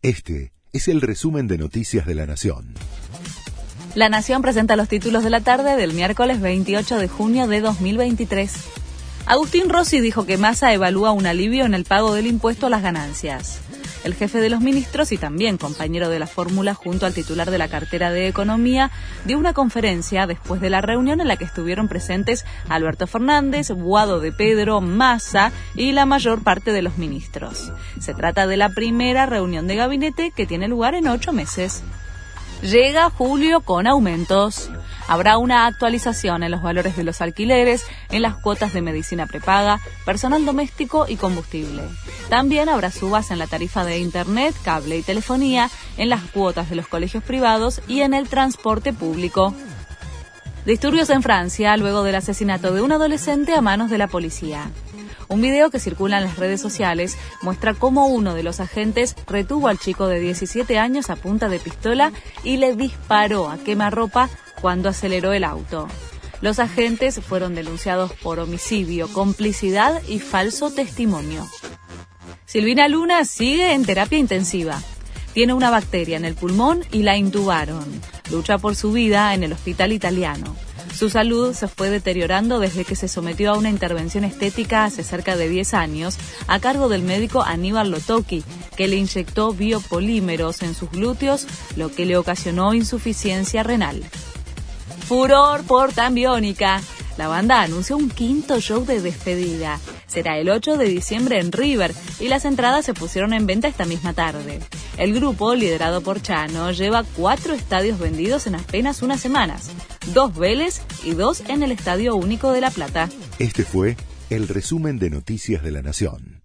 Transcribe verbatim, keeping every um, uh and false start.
Este es el resumen de Noticias de la Nación. La Nación presenta los títulos de la tarde del miércoles veintiocho de junio de dos mil veintitrés. Agustín Rossi dijo que Massa evalúa un alivio en el pago del impuesto a las ganancias. El jefe de los ministros y también compañero de la fórmula junto al titular de la cartera de Economía dio una conferencia después de la reunión en la que estuvieron presentes Alberto Fernández, Guado de Pedro, Massa y la mayor parte de los ministros. Se trata de la primera reunión de gabinete que tiene lugar en ocho meses. Llega julio con aumentos. Habrá una actualización en los valores de los alquileres, en las cuotas de medicina prepaga, personal doméstico y combustible. También habrá subas en la tarifa de internet, cable y telefonía, en las cuotas de los colegios privados y en el transporte público. Disturbios en Francia luego del asesinato de un adolescente a manos de la policía. Un video que circula en las redes sociales muestra cómo uno de los agentes retuvo al chico de diecisiete años a punta de pistola y le disparó a quemarropa cuando aceleró el auto. Los agentes fueron denunciados por homicidio, complicidad y falso testimonio. Silvina Luna sigue en terapia intensiva. Tiene una bacteria en el pulmón y la intubaron. Lucha por su vida en el hospital italiano. Su salud se fue deteriorando desde que se sometió a una intervención estética hace cerca de diez años a cargo del médico Aníbal Lotocchi, que le inyectó biopolímeros en sus glúteos, lo que le ocasionó insuficiencia renal. Furor por Tan Biónica. La banda anunció un quinto show de despedida. Será el ocho de diciembre en River y las entradas se pusieron en venta esta misma tarde. El grupo, liderado por Chano, lleva cuatro estadios vendidos en apenas unas semanas. Dos Vélez y dos en el Estadio Único de La Plata. Este fue el resumen de Noticias de la Nación.